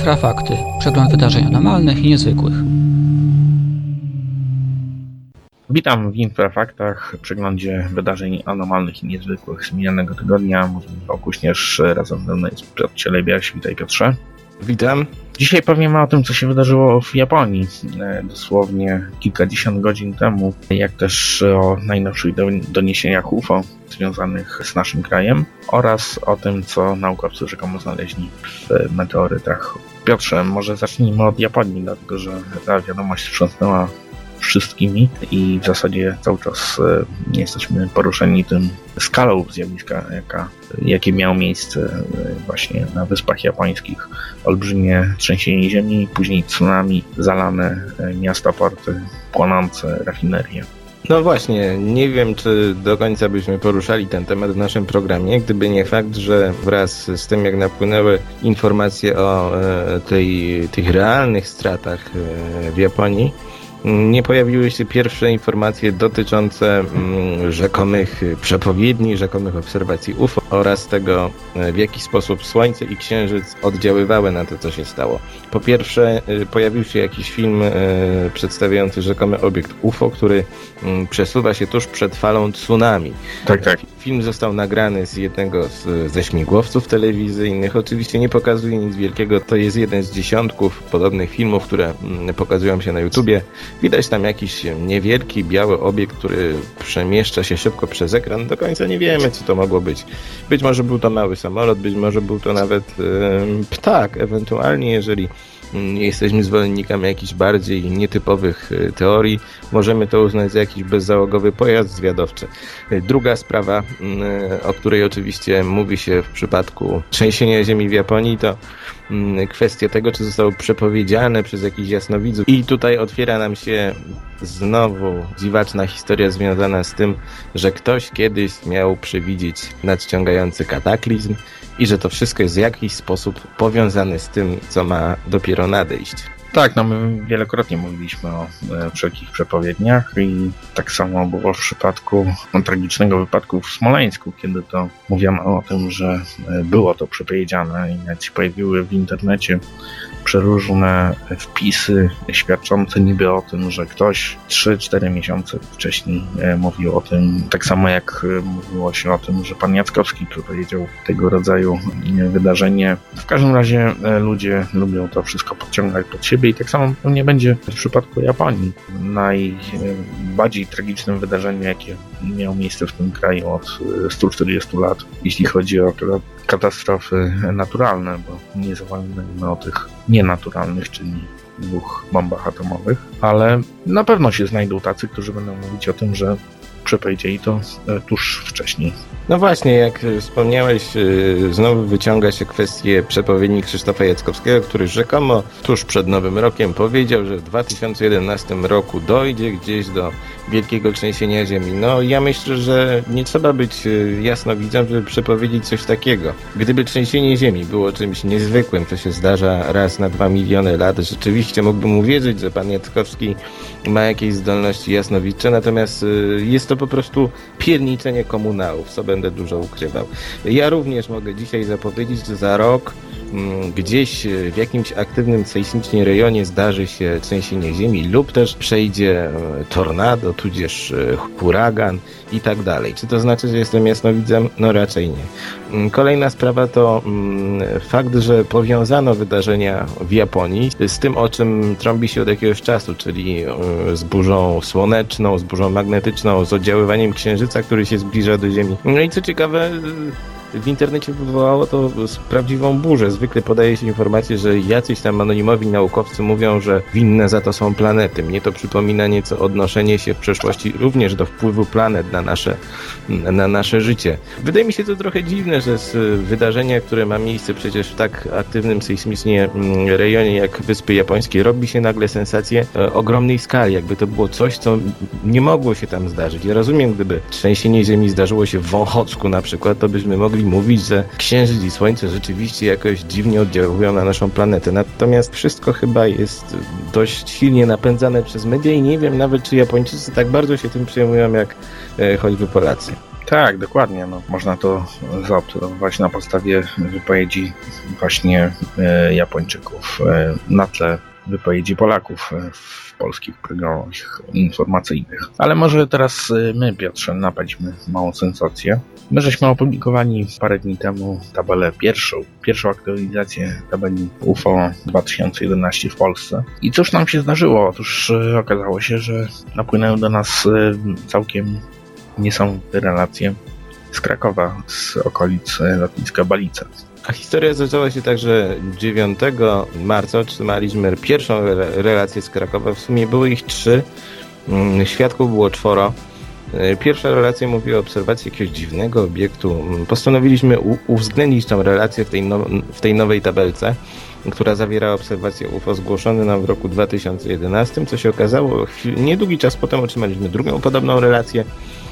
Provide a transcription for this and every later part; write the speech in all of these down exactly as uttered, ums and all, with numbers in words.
Infrafakty. Przegląd wydarzeń anormalnych i niezwykłych. Witam w Infrafaktach, przeglądzie wydarzeń anormalnych i niezwykłych z minionego tygodnia. Mówię o Kuśnierz, razem ze mną jest Piotr Cielebiaś. Witaj, Piotrze. Witam. Dzisiaj powiemy o tym, co się wydarzyło w Japonii dosłownie kilkadziesiąt godzin temu, jak też o najnowszych doniesieniach U F O związanych z naszym krajem oraz o tym, co naukowcy rzekomo znaleźli w meteorytach. Piotrze, może zacznijmy od Japonii, dlatego że ta wiadomość wstrząsnęła wszystkimi i w zasadzie cały czas nie jesteśmy poruszeni tym skalą zjawiska, jaka, jakie miało miejsce właśnie na Wyspach Japońskich. Olbrzymie trzęsienie ziemi, później tsunami, zalane miasta, porty, płonące rafinerie. No właśnie, nie wiem, czy do końca byśmy poruszali ten temat w naszym programie, gdyby nie fakt, że wraz z tym, jak napłynęły informacje o e, tej, tych realnych stratach e, w Japonii, nie pojawiły się pierwsze informacje dotyczące mm, rzekomych przepowiedni, rzekomych obserwacji U F O oraz tego, w jaki sposób Słońce i Księżyc oddziaływały na to, co się stało. Po pierwsze, y, pojawił się jakiś film y, przedstawiający rzekomy obiekt U F O, który y, przesuwa się tuż przed falą tsunami. Tak, tak. Film został nagrany z jednego z, ze śmigłowców telewizyjnych. Oczywiście nie pokazuje nic wielkiego. To jest jeden z dziesiątków podobnych filmów, które y, pokazują się na YouTubie. Widać tam jakiś niewielki, biały obiekt, który przemieszcza się szybko przez ekran. Do końca nie wiemy, co to mogło być. Być może był to mały samolot, być może był to nawet yy, ptak. Ewentualnie, jeżeli nie jesteśmy zwolennikami jakichś bardziej nietypowych teorii, możemy to uznać za jakiś bezzałogowy pojazd zwiadowczy. Druga sprawa, o której oczywiście mówi się w przypadku trzęsienia ziemi w Japonii, to kwestia tego, czy zostało przepowiedziane przez jakichś jasnowidzów. I tutaj otwiera nam się znowu dziwaczna historia związana z tym, że ktoś kiedyś miał przewidzieć nadciągający kataklizm i że to wszystko jest w jakiś sposób powiązane z tym, co ma dopiero nadejść. Tak, no my wielokrotnie mówiliśmy o e, wszelkich przepowiedniach i tak samo było w przypadku no, tragicznego wypadku w Smoleńsku, kiedy to mówiono o tym, że e, było to przepowiedziane i nawet się pojawiły w internecie przeróżne wpisy świadczące niby o tym, że ktoś trzy cztery miesiące wcześniej e, mówił o tym, tak samo jak e, mówiło się o tym, że pan Jackowski powiedział tego rodzaju e, wydarzenie. W każdym razie e, ludzie lubią to wszystko podciągać pod siebie i tak samo nie będzie w przypadku Japonii. Najbardziej tragicznym wydarzeniem, jakie miało miejsce w tym kraju od stu czterdziestu lat, jeśli chodzi o katastrofy naturalne, bo nie zapominajmy o tych nienaturalnych, czyli dwóch bombach atomowych, ale na pewno się znajdą tacy, którzy będą mówić o tym, że przepowiedzieli to tuż wcześniej. No właśnie, jak wspomniałeś, znowu wyciąga się kwestię przepowiedni Krzysztofa Jackowskiego, który rzekomo tuż przed Nowym Rokiem powiedział, że w dwa tysiące jedenastym roku dojdzie gdzieś do wielkiego trzęsienia ziemi. No ja myślę, że nie trzeba być jasnowidzem, żeby przepowiedzieć coś takiego. Gdyby trzęsienie ziemi było czymś niezwykłym, co się zdarza raz na dwa miliony lat, rzeczywiście mógłbym uwierzyć, że pan Jackowski ma jakieś zdolności jasnowidcze, natomiast jest to po prostu pierniczenie komunałów, co będę dużo ukrywał. Ja również mogę dzisiaj zapowiedzieć, że za rok m, gdzieś w jakimś aktywnym sejsmicznie rejonie zdarzy się trzęsienie ziemi lub też przejdzie tornado, tudzież huragan i tak dalej. Czy to znaczy, że jestem jasnowidzem? No raczej nie. Kolejna sprawa to m, fakt, że powiązano wydarzenia w Japonii z tym, o czym trąbi się od jakiegoś czasu, czyli y, z burzą słoneczną, z burzą magnetyczną, z oddziaływaniem księżyca, który się zbliża do Ziemi. No i co ciekawe, w internecie wywołało to prawdziwą burzę. Zwykle podaje się informację, że jacyś tam anonimowi naukowcy mówią, że winne za to są planety. Mnie to przypomina nieco odnoszenie się w przeszłości również do wpływu planet na nasze, na nasze życie. Wydaje mi się to trochę dziwne, że z wydarzenia, które ma miejsce przecież w tak aktywnym sejsmicznie rejonie jak Wyspy Japońskie, robi się nagle sensację ogromnej skali. Jakby to było coś, co nie mogło się tam zdarzyć. Ja rozumiem, gdyby trzęsienie ziemi zdarzyło się w Wąchocku na przykład, to byśmy mogli mówić, że Księżyc i Słońce rzeczywiście jakoś dziwnie oddziałują na naszą planetę. Natomiast wszystko chyba jest dość silnie napędzane przez media i nie wiem nawet, czy Japończycy tak bardzo się tym przejmują, jak e, choćby Polacy. Tak, dokładnie. No, można to zaobserwować na podstawie wypowiedzi właśnie e, Japończyków e, na tle wypowiedzi Polaków e, w polskich programach informacyjnych. Ale może teraz e, my, Piotrze, napadźmy małą sensację. My żeśmy opublikowali parę dni temu tabelę pierwszą, pierwszą aktualizację tabeli U F O dwa tysiące jedenaście w Polsce. I cóż nam się zdarzyło? Otóż e, okazało się, że napłynęły do nas e, całkiem niesamowite relacje z Krakowa, z okolic lotniska Balice. A historia zaczęła się tak, że dziewiątego marca otrzymaliśmy pierwszą re- relację z Krakowa. W sumie było ich trzy. Świadków było czworo. Pierwsza relacja mówiła o obserwacji jakiegoś dziwnego obiektu. Postanowiliśmy u- uwzględnić tą relację w tej, no- w tej nowej tabelce, która zawierała obserwacje U F O zgłoszone nam w roku dwa tysiące jedenastym. Co się okazało, niedługi czas potem otrzymaliśmy drugą podobną relację.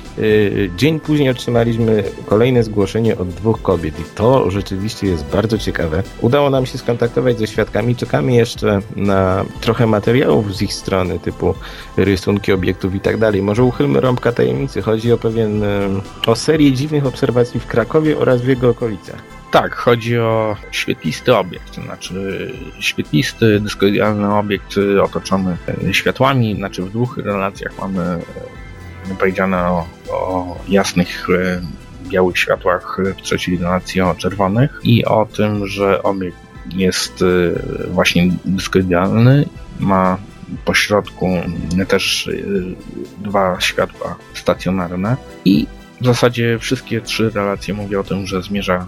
Dzień później otrzymaliśmy kolejne zgłoszenie od dwóch kobiet i to rzeczywiście jest bardzo ciekawe. Udało nam się skontaktować ze świadkami, czekamy jeszcze na trochę materiałów z ich strony, typu rysunki obiektów i tak dalej. Może uchylmy rąbka tajemnicy, chodzi o pewien, o serię dziwnych obserwacji w Krakowie oraz w jego okolicach. Tak, chodzi o świetlisty obiekt, znaczy świetlisty, dyskoidalny obiekt otoczony światłami, znaczy w dwóch relacjach mamy powiedziane o, o jasnych, białych światłach, w trzeciej relacji o czerwonych i o tym, że obiekt jest właśnie dyskoidalny, ma po środku też dwa światła stacjonarne i w zasadzie wszystkie trzy relacje mówią o tym, że zmierza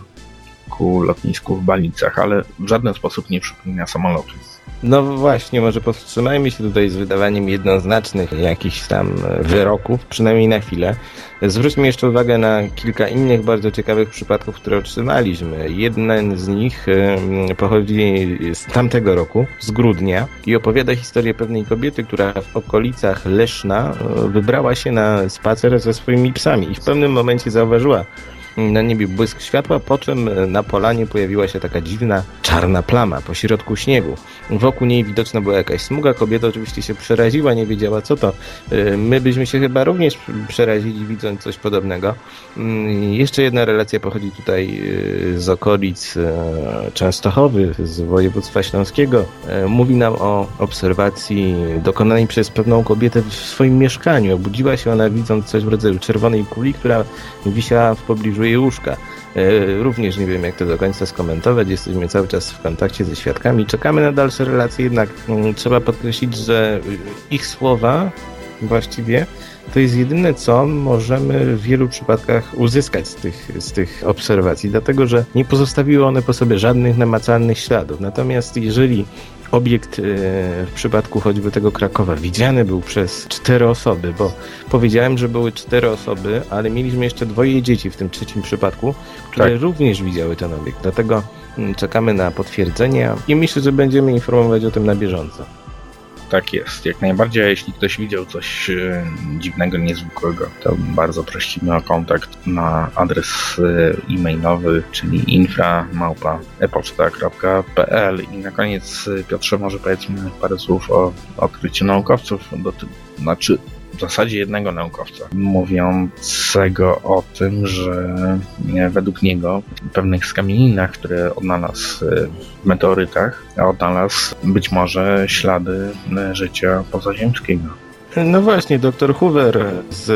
ku lotnisku w Balicach, ale w żaden sposób nie przypomina samolotu. No właśnie, może powstrzymajmy się tutaj z wydawaniem jednoznacznych jakichś tam wyroków, przynajmniej na chwilę. Zwróćmy jeszcze uwagę na kilka innych bardzo ciekawych przypadków, które otrzymaliśmy. Jeden z nich pochodzi z tamtego roku, z grudnia i opowiada historię pewnej kobiety, która w okolicach Leszna wybrała się na spacer ze swoimi psami i w pewnym momencie zauważyła na niebie błysk światła, po czym na polanie pojawiła się taka dziwna, czarna plama pośrodku śniegu. Wokół niej widoczna była jakaś smuga, kobieta oczywiście się przeraziła, nie wiedziała co to. My byśmy się chyba również przerazili, widząc coś podobnego. Jeszcze jedna relacja pochodzi tutaj z okolic Częstochowy, z województwa śląskiego. Mówi nam o obserwacji dokonanej przez pewną kobietę w swoim mieszkaniu. Obudziła się ona widząc coś w rodzaju czerwonej kuli, która wisiała w pobliżu jej łóżka. Również nie wiem, jak to do końca skomentować. Jesteśmy cały czas w kontakcie ze świadkami. Czekamy na dalsze relacje, jednak trzeba podkreślić, że ich słowa właściwie to jest jedyne, co możemy w wielu przypadkach uzyskać z tych, z tych obserwacji, dlatego że nie pozostawiły one po sobie żadnych namacalnych śladów. Natomiast jeżeli obiekt w przypadku choćby tego Krakowa widziany był przez cztery osoby, bo powiedziałem, że były cztery osoby, ale mieliśmy jeszcze dwoje dzieci w tym trzecim przypadku, które tak. również widziały ten obiekt. Dlatego czekamy na potwierdzenia i myślę, że będziemy informować o tym na bieżąco. Tak jest, jak najbardziej. Jeśli ktoś widział coś dziwnego, niezwykłego, to bardzo prosimy o kontakt na adres e-mailowy, czyli infra małpa e-poczta kropka p l. I na koniec, Piotrze, może powiedzmy parę słów o odkryciu naukowców, do ty- znaczy w zasadzie jednego naukowca, mówiącego o tym, że według niego w pewnych skamieninach, które odnalazł w meteorytach, odnalazł być może ślady życia pozaziemskiego. No właśnie, doktor Hoover z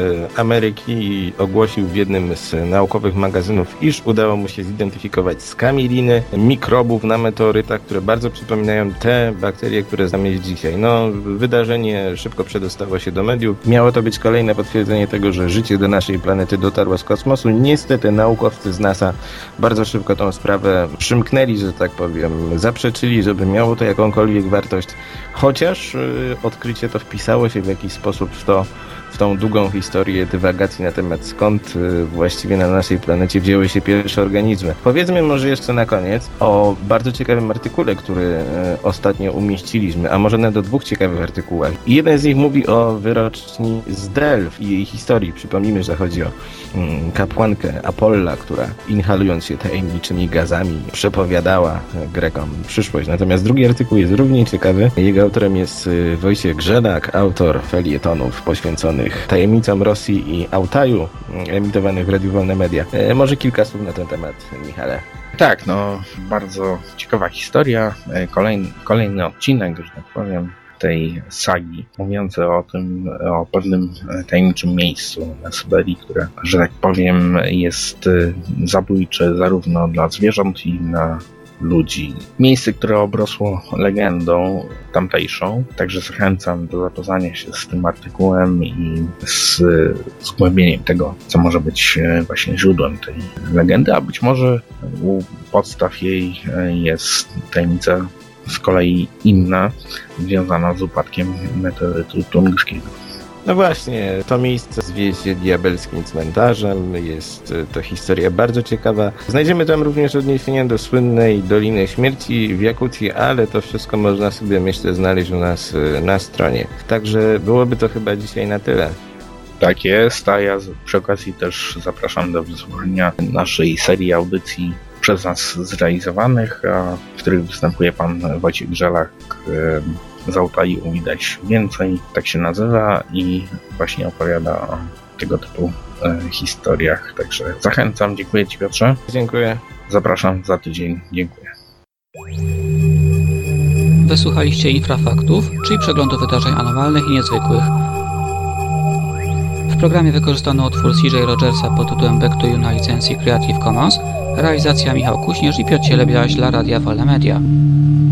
Ameryki ogłosił w jednym z naukowych magazynów, iż udało mu się zidentyfikować skamieliny mikrobów na meteorytach, które bardzo przypominają te bakterie, które znamy dzisiaj. No, wydarzenie szybko przedostało się do mediów. Miało to być kolejne potwierdzenie tego, że życie do naszej planety dotarło z kosmosu. Niestety naukowcy z NASA bardzo szybko tą sprawę przymknęli, że tak powiem, zaprzeczyli, żeby miało to jakąkolwiek wartość. Chociaż yy, odkrycie to wpisało się w jakiś sposób w to, w tą długą historię dywagacji na temat skąd yy, właściwie na naszej planecie wzięły się pierwsze organizmy. Powiedzmy może jeszcze na koniec o bardzo ciekawym artykule, który yy, ostatnio umieściliśmy, a może nawet o dwóch ciekawych artykułach. I jeden z nich mówi o wyroczni z Delf i jej historii. Przypomnijmy, że chodzi o yy, kapłankę Apolla, która inhalując się tajemniczymi gazami przepowiadała Grekom przyszłość. Natomiast drugi artykuł jest równie ciekawy. Jego autorem jest Wojciech Grzelak, autor felietonów poświęconych poświęconych tajemnicom Rosji i Altaju, emitowanych w Radiu Wolne Media. E, może kilka słów na ten temat, Michale. Tak, no bardzo ciekawa historia. Kolejny, kolejny odcinek, że tak powiem, tej sagi, mówiący o tym, o pewnym tajemniczym miejscu na Syberii, które, że tak powiem, jest zabójcze zarówno dla zwierząt i dla ludzi. Miejsce, które obrosło legendą tamtejszą, także zachęcam do zapoznania się z tym artykułem i z zgłębieniem tego, co może być właśnie źródłem tej legendy, a być może u podstaw jej jest tajemnica z kolei inna, związana z upadkiem meteorytu tunguskiego. No właśnie, to miejsce zwie się diabelskim cmentarzem, jest to historia bardzo ciekawa. Znajdziemy tam również odniesienia do słynnej Doliny Śmierci w Jakucji, ale to wszystko można sobie, myślę, znaleźć u nas na stronie. Także byłoby to chyba dzisiaj na tyle. Tak jest, a ja przy okazji też zapraszam do wysłuchania naszej serii audycji przez nas zrealizowanych, a w których występuje pan Wojciech Grzelak z Altaju Widać Więcej, tak się nazywa i właśnie opowiada o tego typu e, historiach. Także zachęcam, dziękuję Ci, Piotrze. Dziękuję. Zapraszam za tydzień, dziękuję. Wysłuchaliście Infrafaktów, czyli przeglądu wydarzeń anormalnych i niezwykłych. W programie wykorzystano utwór C J Rogersa pod tytułem Back to You na licencji Creative Commons, realizacja Michał Kuśnierz i Piotr Cielebiaś dla Radia Wolne Media.